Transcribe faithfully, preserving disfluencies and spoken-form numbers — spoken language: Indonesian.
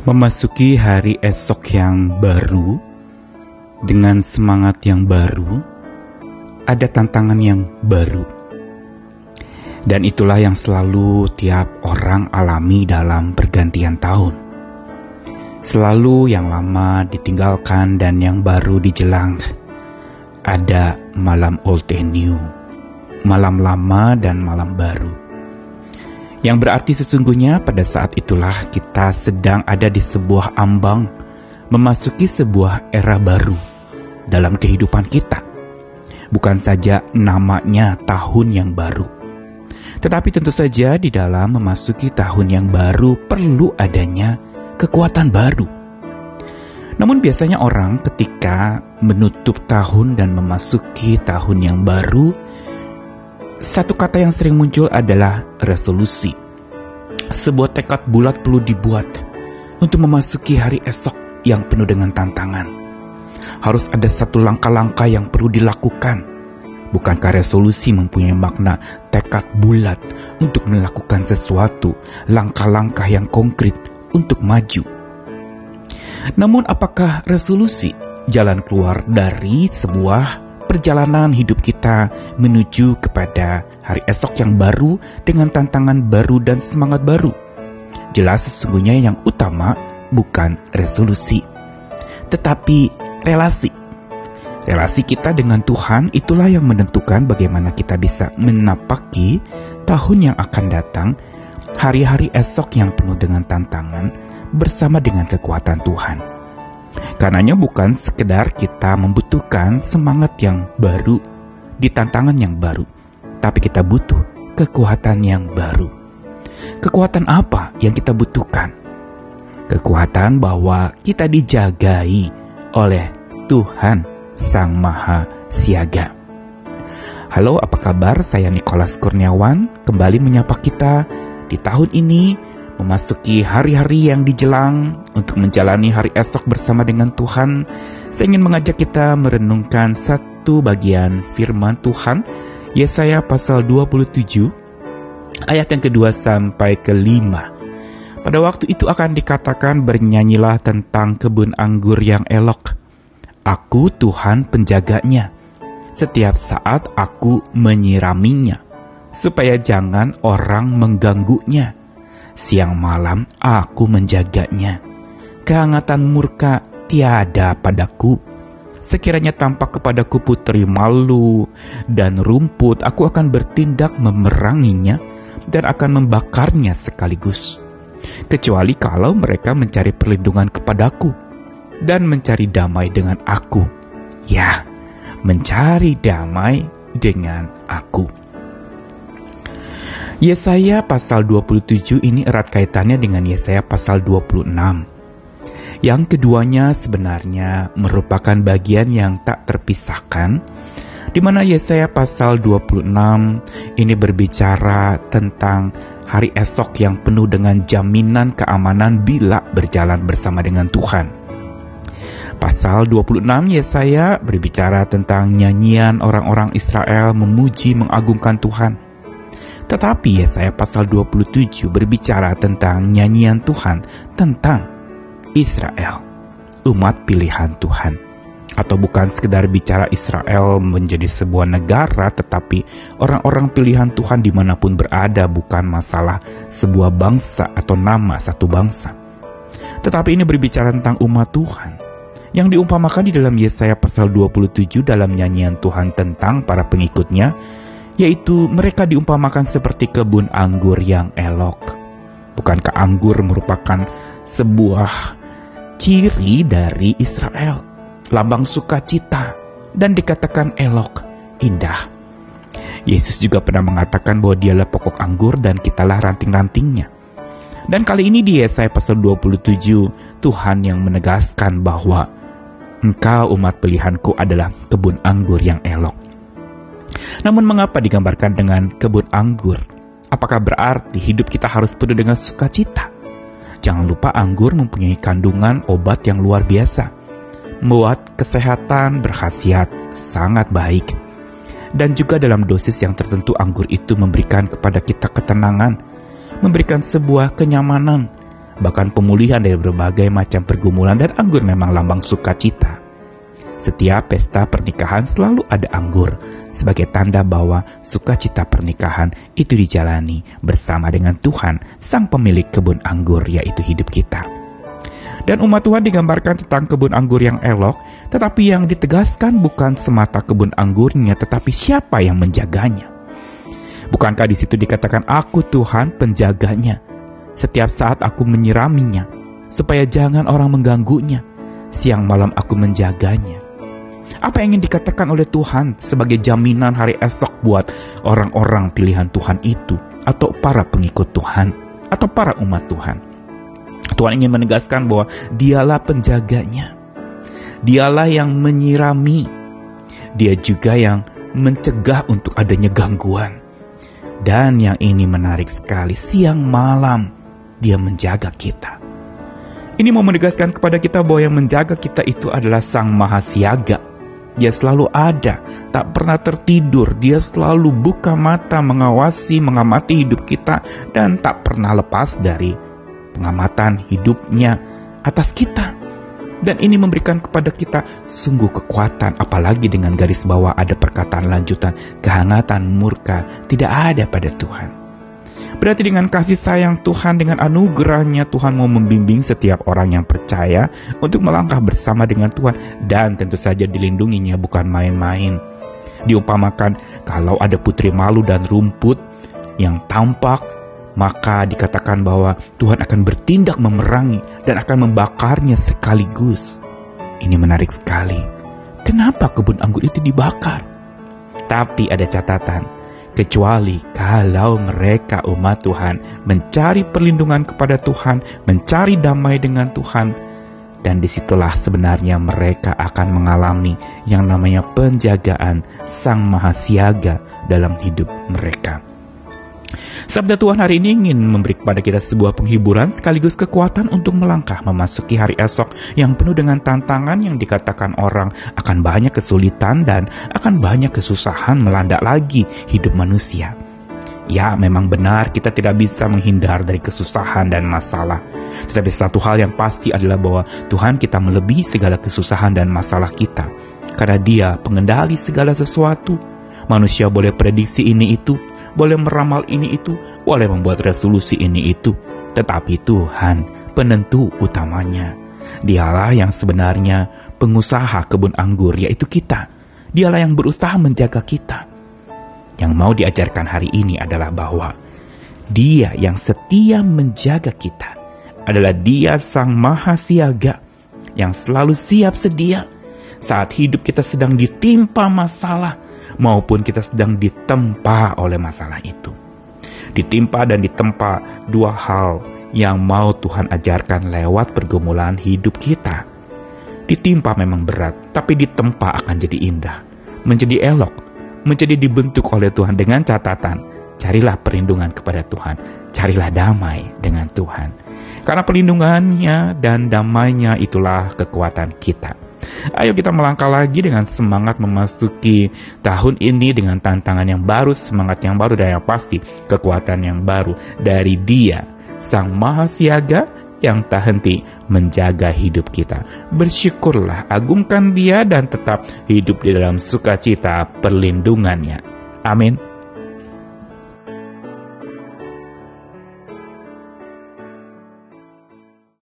Memasuki hari esok yang baru, dengan semangat yang baru, ada tantangan yang baru. Dan itulah yang selalu tiap orang alami dalam pergantian tahun. Selalu yang lama ditinggalkan dan yang baru dijelang. Ada malam old and new, malam lama dan malam baru. Yang berarti sesungguhnya pada saat itulah kita sedang ada di sebuah ambang memasuki sebuah era baru dalam kehidupan kita. Bukan saja namanya tahun yang baru, tetapi tentu saja di dalam memasuki tahun yang baru perlu adanya kekuatan baru. Namun biasanya orang ketika menutup tahun dan memasuki tahun yang baru, satu kata yang sering muncul adalah resolusi. Sebuah tekad bulat perlu dibuat untuk memasuki hari esok yang penuh dengan tantangan. Harus ada satu langkah-langkah yang perlu dilakukan. Bukankah resolusi mempunyai makna tekad bulat untuk melakukan sesuatu, langkah-langkah yang konkret untuk maju? Namun apakah resolusi jalan keluar dari sebuah perjalanan hidup kita menuju kepada hari esok yang baru dengan tantangan baru dan semangat baru? Jelas sesungguhnya yang utama bukan resolusi, tetapi relasi. Relasi kita dengan Tuhan itulah yang menentukan bagaimana kita bisa menapaki tahun yang akan datang, hari-hari esok yang penuh dengan tantangan bersama dengan kekuatan Tuhan. Karenanya bukan sekedar kita membutuhkan semangat yang baru di tantangan yang baru, tapi kita butuh kekuatan yang baru. Kekuatan apa yang kita butuhkan? Kekuatan bahwa kita dijagai oleh Tuhan Sang Maha Siaga. Halo, apa kabar? Saya Nikolas Kurniawan, kembali menyapa kita di tahun ini, memasuki hari-hari yang dijelang untuk menjalani hari esok bersama dengan Tuhan. Saya ingin mengajak kita merenungkan satu bagian firman Tuhan, Yesaya pasal dua puluh tujuh, ayat yang kedua sampai kelima. Pada waktu itu akan dikatakan, bernyanyilah tentang kebun anggur yang elok. Aku Tuhan penjaganya, setiap saat aku menyiraminya, supaya jangan orang mengganggunya. Siang malam aku menjaganya, kehangatan murka tiada padaku. Sekiranya tampak kepadaku putri malu dan rumput, aku akan bertindak memeranginya dan akan membakarnya sekaligus. Kecuali kalau mereka mencari perlindungan kepadaku dan mencari damai dengan aku. Ya, mencari damai dengan aku. Yesaya pasal dua puluh tujuh ini erat kaitannya dengan Yesaya pasal dua puluh enam. Yang keduanya sebenarnya merupakan bagian yang tak terpisahkan, di mana Yesaya pasal dua puluh enam ini berbicara tentang hari esok yang penuh dengan jaminan keamanan bila berjalan bersama dengan Tuhan. Pasal dua puluh enam Yesaya berbicara tentang nyanyian orang-orang Israel memuji mengagungkan Tuhan. Tetapi Yesaya pasal dua puluh tujuh berbicara tentang nyanyian Tuhan tentang Israel, umat pilihan Tuhan. Atau bukan sekedar bicara Israel menjadi sebuah negara, tetapi orang-orang pilihan Tuhan dimanapun berada, bukan masalah sebuah bangsa atau nama satu bangsa. Tetapi ini berbicara tentang umat Tuhan, yang diumpamakan di dalam Yesaya pasal dua puluh tujuh dalam nyanyian Tuhan tentang para pengikutnya, yaitu mereka diumpamakan seperti kebun anggur yang elok. Bukankah anggur merupakan sebuah ciri dari Israel, lambang sukacita, dan dikatakan elok, indah. Yesus juga pernah mengatakan bahwa dialah pokok anggur dan kitalah ranting-rantingnya. Dan kali ini di Yesaya pasal dua puluh tujuh, Tuhan yang menegaskan bahwa engkau umat pilihanku adalah kebun anggur yang elok. Namun mengapa digambarkan dengan kebun anggur? Apakah berarti hidup kita harus penuh dengan sukacita? Jangan lupa anggur mempunyai kandungan obat yang luar biasa. Membuat kesehatan berkhasiat sangat baik. Dan juga dalam dosis yang tertentu anggur itu memberikan kepada kita ketenangan, memberikan sebuah kenyamanan, bahkan pemulihan dari berbagai macam pergumulan, dan anggur memang lambang sukacita. Setiap pesta pernikahan selalu ada anggur, sebagai tanda bahwa sukacita pernikahan itu dijalani bersama dengan Tuhan, Sang Pemilik kebun anggur, yaitu hidup kita. Dan umat Tuhan digambarkan tentang kebun anggur yang elok, tetapi yang ditegaskan bukan semata kebun anggurnya, tetapi siapa yang menjaganya. Bukankah di situ dikatakan, "Aku Tuhan penjaganya, setiap saat aku menyiraminya, supaya jangan orang mengganggunya, siang malam aku menjaganya." Apa yang ingin dikatakan oleh Tuhan sebagai jaminan hari esok buat orang-orang pilihan Tuhan itu, atau para pengikut Tuhan, atau para umat Tuhan? Tuhan ingin menegaskan bahwa Dialah penjaganya. Dialah yang menyirami. Dia juga yang mencegah untuk adanya gangguan. Dan yang ini menarik sekali, siang malam Dia menjaga kita. Ini mau menegaskan kepada kita bahwa yang menjaga kita itu adalah Sang Mahasiaga. Dia selalu ada, tak pernah tertidur. Dia selalu buka mata, mengawasi, mengamati hidup kita, dan tak pernah lepas dari pengamatan hidupnya atas kita. Dan ini memberikan kepada kita sungguh kekuatan, apalagi dengan garis bawah ada perkataan lanjutan, kehangatan murka tidak ada pada Tuhan. Berarti dengan kasih sayang Tuhan, dengan anugerahnya, Tuhan mau membimbing setiap orang yang percaya untuk melangkah bersama dengan Tuhan, dan tentu saja dilindunginya bukan main-main. Diumpamakan kalau ada putri malu dan rumput yang tampak, maka dikatakan bahwa Tuhan akan bertindak memerangi dan akan membakarnya sekaligus. Ini menarik sekali. Kenapa kebun anggur itu dibakar? Tapi ada catatan. Kecuali kalau mereka umat Tuhan mencari perlindungan kepada Tuhan, mencari damai dengan Tuhan, dan disitulah sebenarnya mereka akan mengalami yang namanya penjagaan Sang Mahasiaga dalam hidup mereka. Sabda Tuhan hari ini ingin memberi kepada kita sebuah penghiburan sekaligus kekuatan untuk melangkah memasuki hari esok yang penuh dengan tantangan, yang dikatakan orang akan banyak kesulitan dan akan banyak kesusahan melanda lagi hidup manusia. Ya, memang benar kita tidak bisa menghindar dari kesusahan dan masalah. Tetapi satu hal yang pasti adalah bahwa Tuhan kita melebihi segala kesusahan dan masalah kita. Karena Dia pengendali segala sesuatu. Manusia boleh prediksi ini itu, boleh meramal ini itu, boleh membuat resolusi ini itu. Tetapi Tuhan penentu utamanya. Dialah yang sebenarnya pengusaha kebun anggur, yaitu kita. Dialah yang berusaha menjaga kita. Yang mau diajarkan hari ini adalah bahwa Dia yang setia menjaga kita adalah Dia Sang Mahasiaga yang selalu siap sedia saat hidup kita sedang ditimpa masalah maupun kita sedang ditempa oleh masalah itu. Ditimpa dan ditempa, dua hal yang mau Tuhan ajarkan lewat pergumulan hidup kita. Ditimpa memang berat, tapi ditempa akan jadi indah, menjadi elok, menjadi dibentuk oleh Tuhan dengan catatan, carilah perlindungan kepada Tuhan, carilah damai dengan Tuhan. Karena perlindungannya dan damainya itulah kekuatan kita. Ayo kita melangkah lagi dengan semangat memasuki tahun ini dengan tantangan yang baru, semangat yang baru, dan yang pasti kekuatan yang baru dari Dia, Sang Mahasiaga yang tak henti menjaga hidup kita. Bersyukurlah, agungkan Dia, dan tetap hidup di dalam sukacita perlindungannya. Amin.